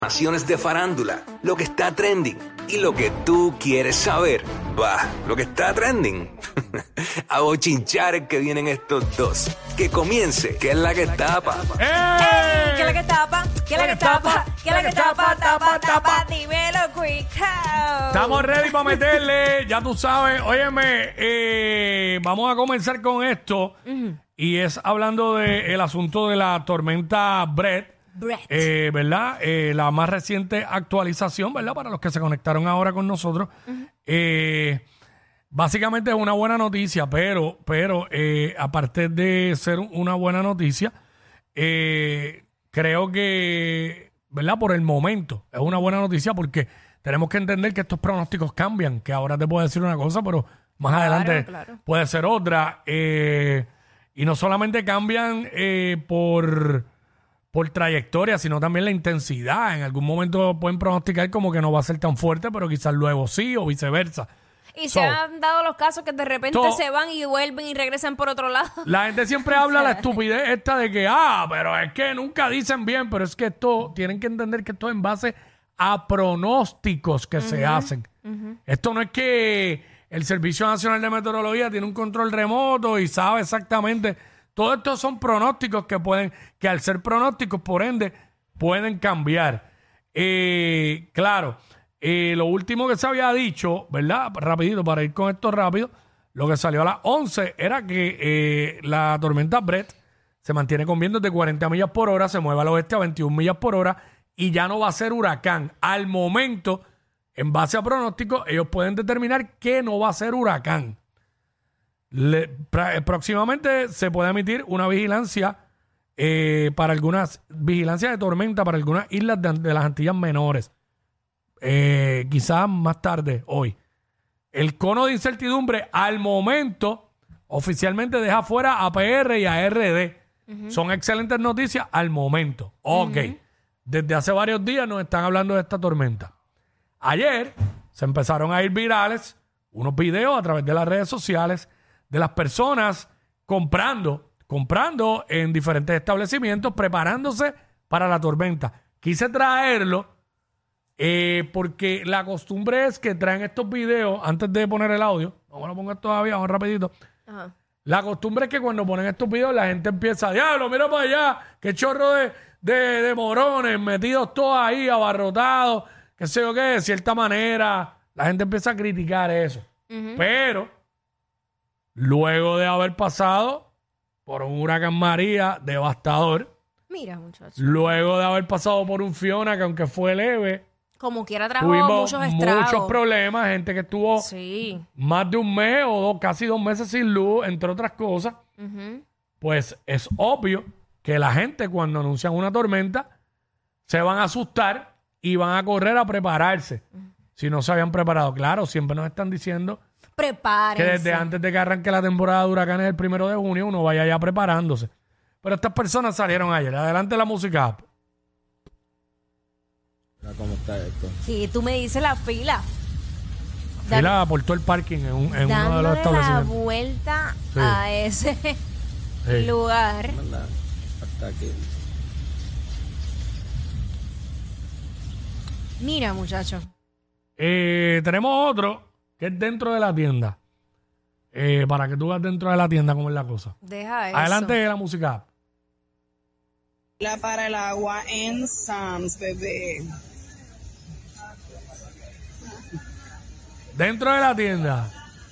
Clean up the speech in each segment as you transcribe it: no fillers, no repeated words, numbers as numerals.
Informaciones de farándula, lo que está trending y lo que tú quieres saber. Va, lo que está trending. A bochinchar que vienen estos dos. Que comience, que es la que tapa. ¡Ey! ¿Qué es la que tapa? ¿Qué es la que tapa? ¿Qué es la que tapa? Tapa. Dímelo, quick. Estamos ready para meterle, ya tú sabes. Óyeme, vamos a comenzar con esto. Y es hablando del asunto de la tormenta Brett. ¿Verdad? La más reciente actualización, ¿verdad? Para los que se conectaron ahora con nosotros. Básicamente es una buena noticia, pero aparte de ser una buena noticia, creo que, ¿verdad? Por el momento es una buena noticia porque tenemos que entender que estos pronósticos cambian, que ahora te puedo decir una cosa, pero más adelante puede ser otra. Y no solamente cambian por trayectoria, sino también la intensidad. En algún momento pueden pronosticar como que no va a ser tan fuerte, pero quizás luego sí o viceversa. Y se han dado los casos que de repente se van y vuelven y regresan por otro lado. La gente siempre habla la estupidez esta de que, pero es que nunca dicen bien, pero es que esto, tienen que entender que esto es en base a pronósticos que se hacen. Esto no es que el Servicio Nacional de Meteorología tiene un control remoto y sabe exactamente. Todo esto son pronósticos que al ser pronósticos, por ende, pueden cambiar. Claro, lo último que se había dicho, ¿verdad? Rapidito, para ir con esto rápido, lo que salió a las 11 era que la tormenta Brett se mantiene con vientos de 40 millas por hora, se mueve al oeste a 21 millas por hora y ya no va a ser huracán. Al momento, en base a pronósticos, ellos pueden determinar que no va a ser huracán. Próximamente se puede emitir una vigilancia para algunas vigilancias de tormenta para algunas islas de las Antillas Menores. Quizás más tarde hoy. El cono de incertidumbre al momento oficialmente deja fuera a PR y a RD. Son excelentes noticias al momento. Ok. Desde hace varios días nos están hablando de esta tormenta. Ayer se empezaron a ir virales unos videos a través de las redes sociales de las personas comprando en diferentes establecimientos, preparándose para la tormenta. Quise traerlo porque la costumbre es que traen estos videos antes de poner el audio. No me lo pongas todavía, vamos rapidito. Ajá. La costumbre es que cuando ponen estos videos la gente empieza, diablo, mira para allá, qué chorro de morones metidos todos ahí, abarrotados, qué sé yo qué, de cierta manera. La gente empieza a criticar eso. Pero luego de haber pasado por un huracán María devastador, mira, muchachos, luego de haber pasado por un Fiona que aunque fue leve, como quiera trajo tuvimos muchos estragos, muchos problemas, gente que estuvo más de un mes o casi 2 meses sin luz, entre otras cosas. Pues es obvio que la gente cuando anuncian una tormenta se van a asustar y van a correr a prepararse si no se habían preparado. Claro, siempre nos están diciendo prepárense, que desde antes de que arranque la temporada de huracanes el 1 de junio uno vaya ya preparándose. Pero estas personas salieron ayer. Adelante la música. Mira cómo está esto. Sí, tú me dices la fila. Fila por todo el parking en uno de los Dándole establecimientos. la vuelta a ese lugar. Manda hasta aquí. Mira, muchacho. Tenemos otro que es dentro de la tienda. Para que tú veas dentro de la tienda cómo es la cosa. Deja eso. Adelante la música. Para el agua en Sam's, bebé. Dentro de la tienda.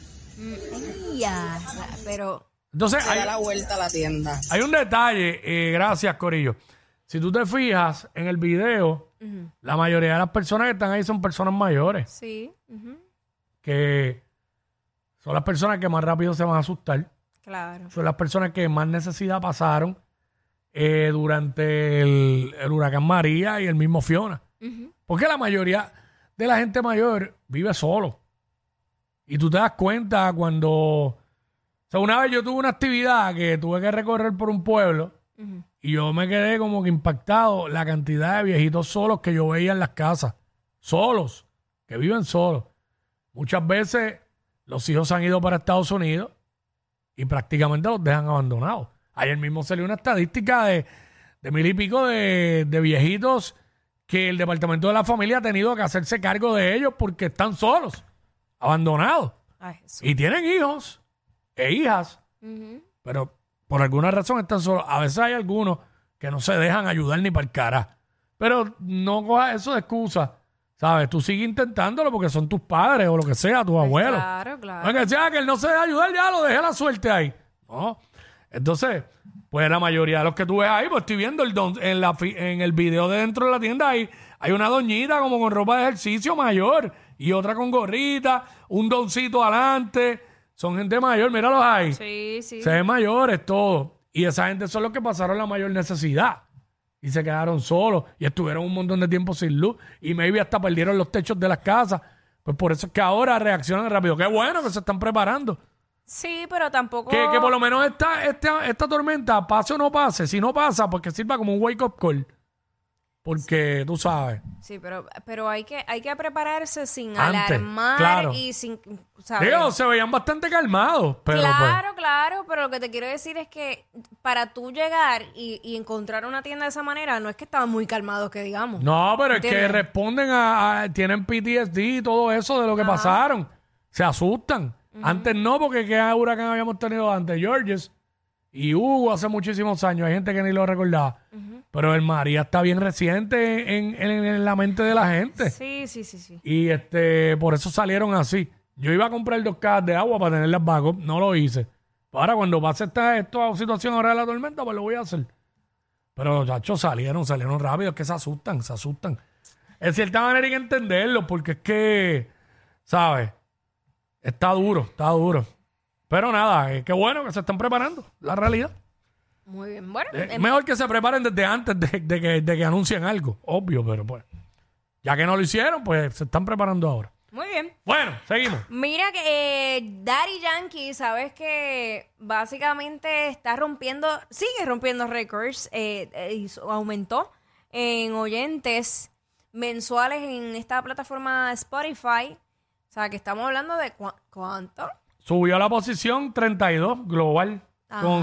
Ya, pero Entonces Se da la vuelta a la tienda. hay un detalle. Gracias, Corillo. Si tú te fijas en el video, la mayoría de las personas que están ahí son personas mayores. sí, Que son las personas que más rápido se van a asustar. claro. Son las personas que más necesidad pasaron durante el huracán María y el mismo Fiona. Porque la mayoría de la gente mayor vive solo. Y tú te das cuenta cuando... O sea, una vez yo tuve una actividad que tuve que recorrer por un pueblo y yo me quedé como que impactado la cantidad de viejitos solos que yo veía en las casas. Solos, que viven solos. Muchas veces los hijos han ido para Estados Unidos y prácticamente los dejan abandonados. Ayer mismo salió una estadística de 1,000 y pico de viejitos que el departamento de la familia ha tenido que hacerse cargo de ellos porque están solos, abandonados. Ay, Jesús. Y tienen hijos e hijas, pero por alguna razón están solos. A veces hay algunos que no se dejan ayudar ni para el cara. Pero no cojas eso de excusa, ¿sabes? Tú sigue intentándolo porque son tus padres o lo que sea, tus abuelos. Claro, claro. No es que sea que él no se deja ayudar, ya lo dejé la suerte ahí. No. Entonces, pues la mayoría de los que tú ves ahí, pues estoy viendo en el video de dentro de la tienda ahí, hay una doñita como con ropa de ejercicio mayor y otra con gorrita, un doncito adelante. Son gente mayor, míralos ahí. Sí, sí. Se ven mayores, todo. Y esa gente son los que pasaron la mayor necesidad. Y se quedaron solos. Y estuvieron un montón de tiempo sin luz. Y maybe hasta perdieron los techos de las casas. Pues por eso es que ahora reaccionan rápido. Qué bueno que se están preparando. Sí, pero tampoco... Que por lo menos esta tormenta, pase o no pase. Si no pasa, pues que sirva como un wake-up call. Porque tú sabes. Sí, pero hay que prepararse sin Antes, alarmar claro. y sin... ¿sabes? Digo, se veían bastante calmados. Pero Claro, claro, pero lo que te quiero decir es que para tú llegar y encontrar una tienda de esa manera, no es que estaban muy calmados, que digamos. pues. No, pero es que ¿Entiendes? responden tienen PTSD y todo eso de lo que pasaron. Se asustan. Antes no, porque qué huracán habíamos tenido antes, Georges y Hugo hace muchísimos años. Hay gente que ni lo recordaba. Pero el María está bien reciente en la mente de la gente. Sí, sí, sí, sí. Y por eso salieron así. Yo iba a comprar 2 cajas de agua para tenerlas backup. No lo hice. Ahora, cuando pase esta situación ahora de la tormenta, pues lo voy a hacer. Pero los chachos salieron rápido. Es que se asustan. En cierta manera hay que entenderlo, porque es que, ¿sabes? Está duro. Pero nada, qué bueno que se están preparando, la realidad. Muy bien. Bueno, Mejor que se preparen desde antes de que anuncien algo, obvio, pero pues, ya que no lo hicieron, pues se están preparando ahora. muy bien. Bueno, seguimos. Mira que Daddy Yankee, sabes que básicamente sigue rompiendo récords, y aumentó en oyentes mensuales en esta plataforma Spotify. O sea, que estamos hablando de ¿cuánto? Subió a la posición 32 global, Ajá. con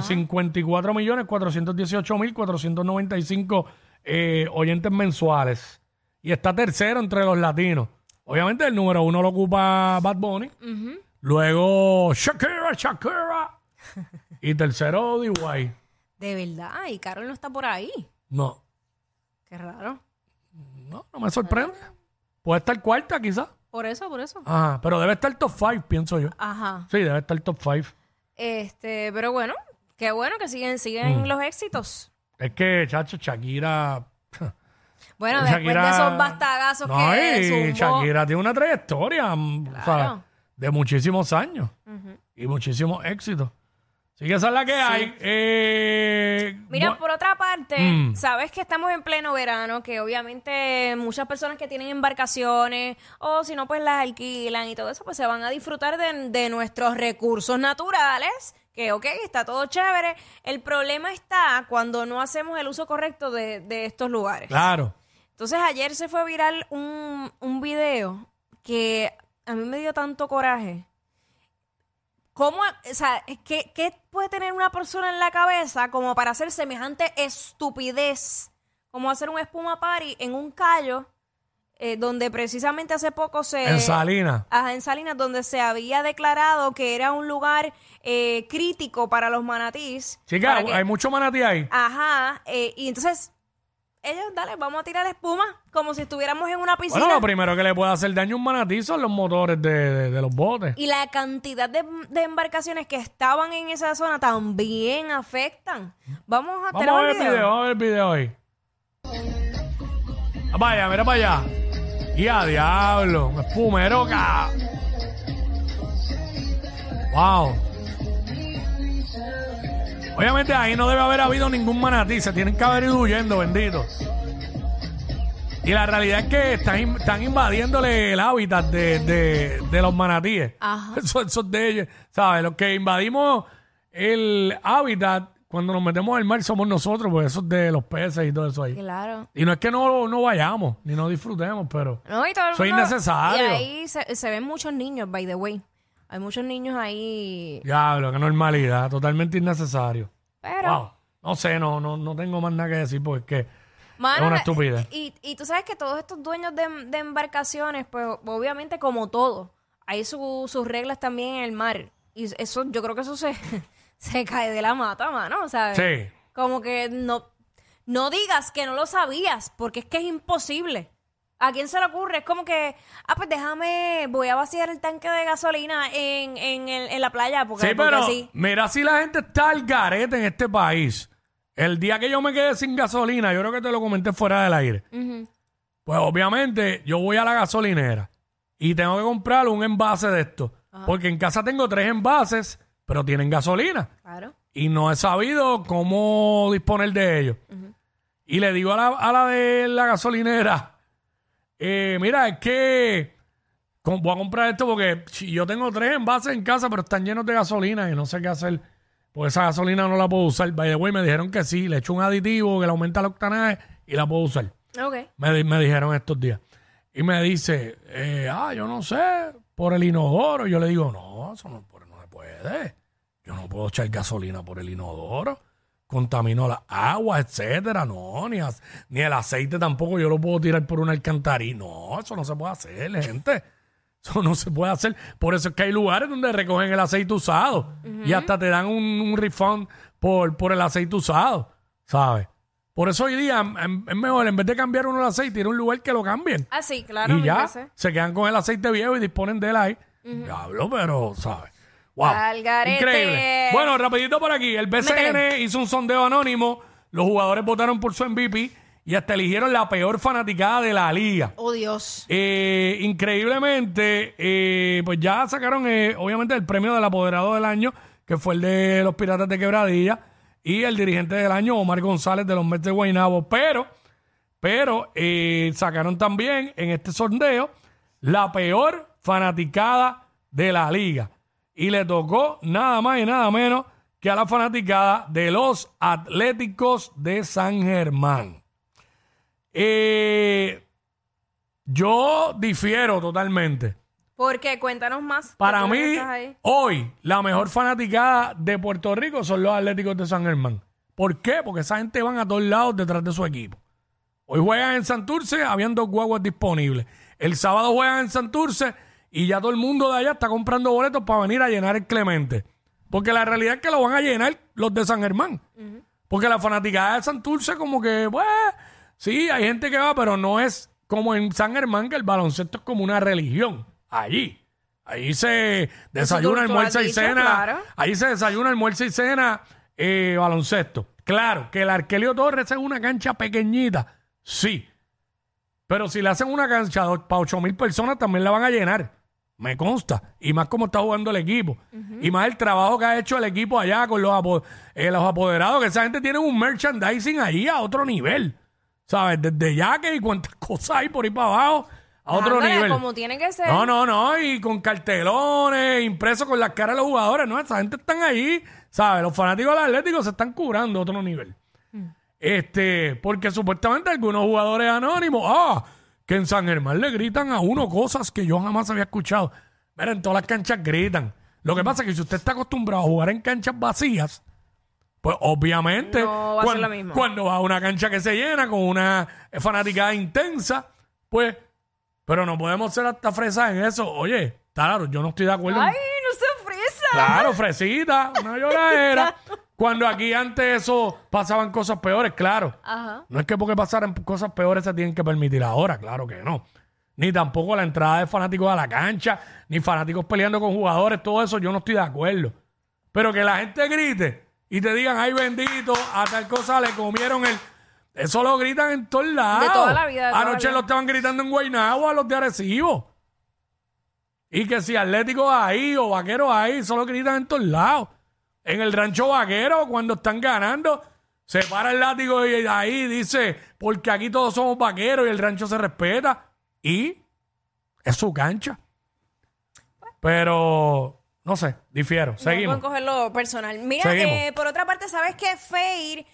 54.418.495 oyentes mensuales. Y está tercero entre los latinos. Obviamente el número 1 lo ocupa Bad Bunny. Luego Shakira. Y tercero D.Y. De verdad, y Carol no está por ahí. No, Qué raro. no me sorprende. Puede estar cuarta quizás. Por eso. Ajá, pero debe estar top 5, pienso yo. Ajá. Sí, debe estar top 5. Pero bueno, qué bueno que siguen los éxitos. Es que, chacho, Shakira... Bueno, después de esos bastagazos No, que y zumbó. Shakira tiene una trayectoria, ¿sabes? De muchísimos años. Y muchísimos éxitos. Así que esa es la que hay. Mira, por otra parte, sabes que estamos en pleno verano, que obviamente muchas personas que tienen embarcaciones o si no, pues las alquilan y todo eso, pues se van a disfrutar de nuestros recursos naturales, que ok, está todo chévere. El problema está cuando no hacemos el uso correcto de estos lugares. Claro. Entonces ayer se fue viral un video que a mí me dio tanto coraje. ¿Cómo, o sea, qué puede tener una persona en la cabeza como para hacer semejante estupidez? Como hacer un espuma party en un callo donde precisamente hace poco En Salinas. Ajá, en Salinas, donde se había declarado que era un lugar crítico para los manatís. Chica, Para que- hay mucho manatí ahí. Ajá, y entonces ellos, dale, vamos a tirar espuma como si estuviéramos en una piscina. Bueno, lo primero que le puede hacer daño a un manatí son los motores de los botes. Y la cantidad de embarcaciones que estaban en esa zona también afectan. Vamos a Vamos a ver el video, vamos a ver el video ahí. Vaya, mira para allá. Y a diablo, un espumero acá. Wow. Obviamente ahí no debe haber habido ningún manatí, se tienen que haber ido huyendo, bendito. Y la realidad es que están invadiéndole el hábitat de los manatíes. Ajá. Esos de ellos, ¿sabes? Los que invadimos el hábitat cuando nos metemos al mar somos nosotros, pues esos de los peces y todo eso ahí. Claro. Y no es que no vayamos, ni no disfrutemos, pero No, y todo el eso es mundo- innecesario. Y ahí se ven muchos niños, by the way. Hay muchos niños ahí. Diablo, qué normalidad, totalmente innecesario. Pero, Wow. No sé, no tengo más nada que decir porque es que Mano, es una estupidez. Y tú sabes que todos estos dueños de embarcaciones, pues obviamente como todo, hay sus reglas también en el mar. Y eso, yo creo que eso se cae de la mata, mano, ¿sabes? Sí. Como que no digas que no lo sabías, porque es que es imposible. ¿A quién se le ocurre? Es como que, pues voy a vaciar el tanque de gasolina en la playa. Porque, Sí, pero sí. mira si la gente está al garete en este país. El día que yo me quedé sin gasolina, yo creo que te lo comenté fuera del aire. Pues obviamente yo voy a la gasolinera y tengo que comprar un envase de esto. Porque en casa tengo 3 envases, pero tienen gasolina. Claro. Y no he sabido cómo disponer de ellos. Y le digo a la de la gasolinera, mira, es que voy a comprar esto porque yo tengo 3 envases en casa, pero están llenos de gasolina y no sé qué hacer. Porque esa gasolina no la puedo usar. By the way, me dijeron que sí, le echo un aditivo que le aumenta el octanaje y la puedo usar. Okay. Me dijeron estos días. Y me dice, yo no sé, por el inodoro. Y yo le digo, no, eso no se puede. Yo no puedo echar gasolina por el inodoro. Contaminó las aguas, etcétera. No, ni el aceite tampoco yo lo puedo tirar por una alcantarilla. No, eso no se puede hacer, gente. Eso no se puede hacer. Por eso es que hay lugares donde recogen el aceite usado y hasta te dan un refund por el aceite usado, ¿sabes? Por eso hoy día es mejor, en vez de cambiar uno el aceite, ir a un lugar que lo cambien. Ah, sí, claro. Y ya se quedan con el aceite viejo y disponen de él ahí. Diablo, pero, ¿sabes? Wow. Increíble. Bueno, rapidito por aquí. El BCN hizo un sondeo anónimo. Los jugadores votaron por su MVP y hasta eligieron la peor fanaticada de la liga. Oh, Dios. Increíblemente, pues ya sacaron, obviamente, el premio del apoderado del año, que fue el de los Piratas de Quebradilla, y el dirigente del año, Omar González, de los Mets de Guaynabo. Pero sacaron también en este sondeo la peor fanaticada de la liga. Y le tocó nada más y nada menos que a la fanaticada de los Atléticos de San Germán. Yo difiero totalmente. ¿Por qué? Cuéntanos más. Para mí, hoy, la mejor fanaticada de Puerto Rico son los Atléticos de San Germán. ¿Por qué? Porque esa gente van a todos lados detrás de su equipo. Hoy juegan en Santurce, habían 2 guaguas disponibles. El sábado juegan en Santurce y ya todo el mundo de allá está comprando boletos para venir a llenar el Clemente. Porque la realidad es que lo van a llenar los de San Germán. Porque la fanaticada de Santurce como que, pues, sí, hay gente que va, pero no es como en San Germán, que el baloncesto es como una religión. Allí se desayuna, almuerza y cena. Claro. Allí se desayuna, almuerza y cena baloncesto. Claro, que el Arquelio Torres es una cancha pequeñita. Sí. Pero si le hacen una cancha para 8,000 personas, también la van a llenar. Me consta. Y más como está jugando el equipo. Y más el trabajo que ha hecho el equipo allá con los apoderados, que esa gente tiene un merchandising ahí a otro nivel. ¿Sabes? Desde jacket y cuántas cosas hay por ahí para abajo a otro nivel. Como tiene que ser. No. Y con cartelones impresos con las caras de los jugadores. No, esa gente están ahí. ¿Sabes? Los fanáticos del Atlético se están curando a otro nivel. Porque supuestamente algunos jugadores anónimos, que en San Germán le gritan a uno cosas que yo jamás había escuchado. Mira, en todas las canchas gritan. Lo que pasa es que si usted está acostumbrado a jugar en canchas vacías, pues obviamente no va a ser lo mismo. Cuando va a una cancha que se llena con una fanaticada intensa, pues, pero no podemos ser hasta fresas en eso. Oye, claro, yo no estoy de acuerdo. ¡Ay, no se fresa! Claro, fresita, una lloradera. Cuando aquí antes eso pasaban cosas peores, claro. Ajá. No es que porque pasaran cosas peores se tienen que permitir ahora, claro que no. Ni tampoco la entrada de fanáticos a la cancha, ni fanáticos peleando con jugadores, todo eso yo no estoy de acuerdo. Pero que la gente grite y te digan, ay bendito, a tal cosa le comieron el... Eso lo gritan en todos lados. De toda la vida. Anoche lo estaban gritando en Guaynabo a los de Arecibo. Y que si Atléticos ahí o Vaqueros ahí, eso lo gritan en todos lados. En el Rancho Vaquero, cuando están ganando, se para el látigo y ahí dice, porque aquí todos somos vaqueros y el rancho se respeta. Y es su cancha. Pero, no sé, Difiero. No Seguimos. pueden cogerlo personal. Mira, Seguimos. por otra parte, ¿sabes qué? Fade,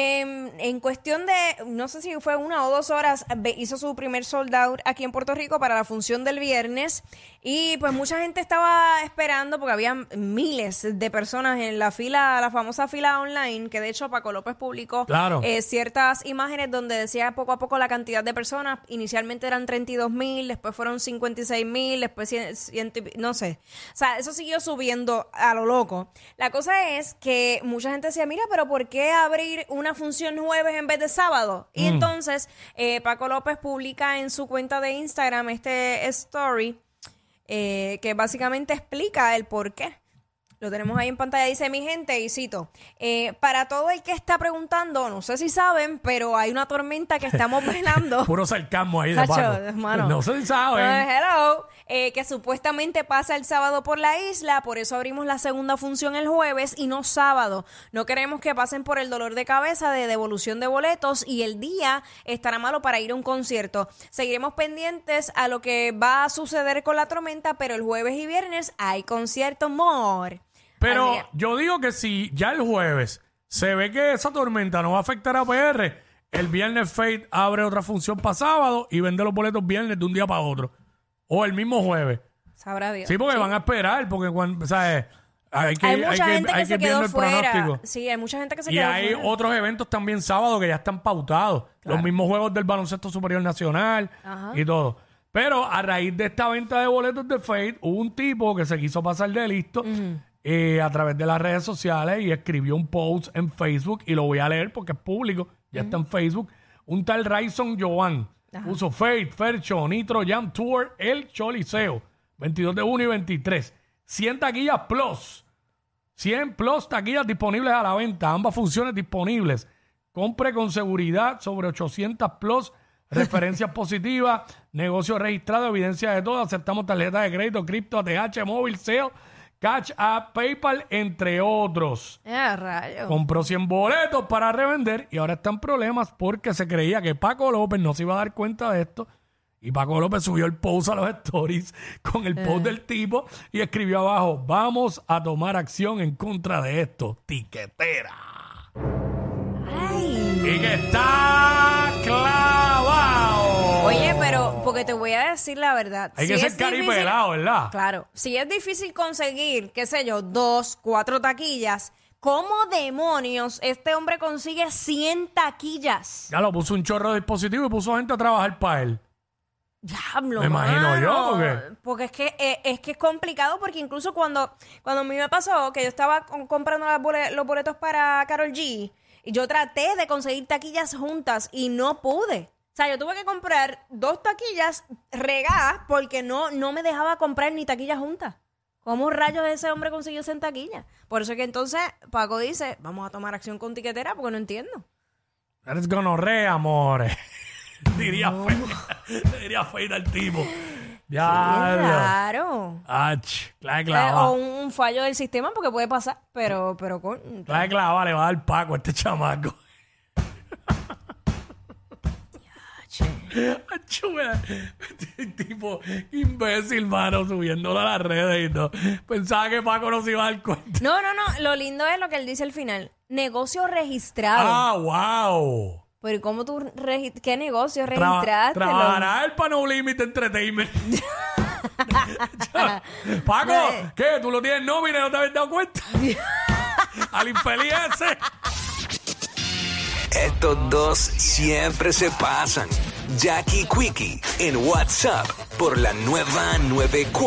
en cuestión de, no sé si fue 1 o 2 horas, hizo su primer sold out aquí en Puerto Rico para la función del viernes. Y pues mucha gente estaba esperando porque había miles de personas en la fila, la famosa fila online, que de hecho Paco López publicó ciertas imágenes donde decía poco a poco la cantidad de personas. Inicialmente eran 32,000, después fueron 56,000, después 100, no sé. O sea, eso siguió subiendo a lo loco. La cosa es que mucha gente decía, mira, pero ¿por qué abrir una función jueves en vez de sábado? Y entonces Paco López publica en su cuenta de Instagram este story que básicamente explica el por qué. Lo tenemos ahí en pantalla. Dice, mi gente, y cito, para todo el que está preguntando, no sé si saben, pero hay una tormenta que estamos velando. Puro sarcasmo ahí de Paco. No sé si saben. Hello. Que supuestamente pasa el sábado por la isla, por eso abrimos la segunda función el jueves y no sábado. No queremos que pasen por el dolor de cabeza de devolución de boletos y el día estará malo para ir a un concierto. Seguiremos pendientes a lo que va a suceder con la tormenta, pero el jueves y viernes hay concierto more. Pero yo digo que si ya el jueves se ve que esa tormenta no va a afectar a PR, el viernes Fade abre otra función para sábado y vende los boletos viernes de un día para otro. O el mismo jueves. Sabrá Dios. Sí, porque van a esperar, porque cuando, ¿sabes? Hay mucha gente que se quedó fuera. Pronóstico. Sí, hay mucha gente que se quedó fuera. Y hay otros eventos también sábado que ya están pautados. Claro. Los mismos juegos del Baloncesto Superior Nacional y todo. Pero a raíz de esta venta de boletos de Fade, hubo un tipo que se quiso pasar de listo a través de las redes sociales y escribió un post en Facebook, y lo voy a leer porque es público, ya está en Facebook. Un tal Rayson Joan puso Fade, Fercho, Nitro Jam Tour, El Choliseo, 22 de junio y 23. 100 taquillas plus. 100 plus taquillas disponibles a la venta. Ambas funciones disponibles. Compre con seguridad sobre 800 plus. Referencias positivas. Negocio registrado. Evidencia de todo. Aceptamos tarjetas de crédito, cripto, ATH, móvil, Sale, Cash App, PayPal, entre otros. Rayo. Compró 100 boletos para revender y ahora está en problemas porque se creía que Paco López no se iba a dar cuenta de esto. Y Paco López subió el post a los stories con el post del tipo y escribió abajo: vamos a tomar acción en contra de esto. Tiquetera. Ay. Y que está clavado. Oye, pero porque te voy a decir la verdad. Hay que ser caripelado, ¿verdad? Claro. Si es difícil conseguir, qué sé yo, 2, 4 taquillas, ¿cómo demonios este hombre consigue 100 taquillas? Ya lo puso un chorro de dispositivo y puso gente a trabajar para él. Diablo, me imagino yo, porque es que es complicado, porque incluso cuando a mí me pasó que yo estaba comprando los boletos para Karol G, y yo traté de conseguir taquillas juntas y no pude. O sea, yo tuve que comprar 2 taquillas regadas porque no me dejaba comprar ni taquillas juntas. ¿Cómo rayos ese hombre consiguió 100 taquillas? Por eso es que entonces Paco dice, vamos a tomar acción con tiquetera, porque no entiendo. Eres gonorrea, amores. Diría Fade al tipo. Ya. Claro. Clava. O un fallo del sistema, porque puede pasar, pero con... Clava, le va a dar Paco a este chamaco. El tipo imbécil, mano, subiéndolo a las redes y todo. Pensaba que Paco no se iba a dar cuenta. No. Lo lindo es lo que él dice al final. Negocio registrado. Ah, wow. Pero ¿cómo tú qué negocio registraste? Trabajará el No Limit Entertainment. Paco, ¿qué? ¿Tú lo tienes nómina y no te habías dado cuenta? Al infeliz ese. Estos dos siempre se pasan. Jackie Quickie en WhatsApp por la nueva 94.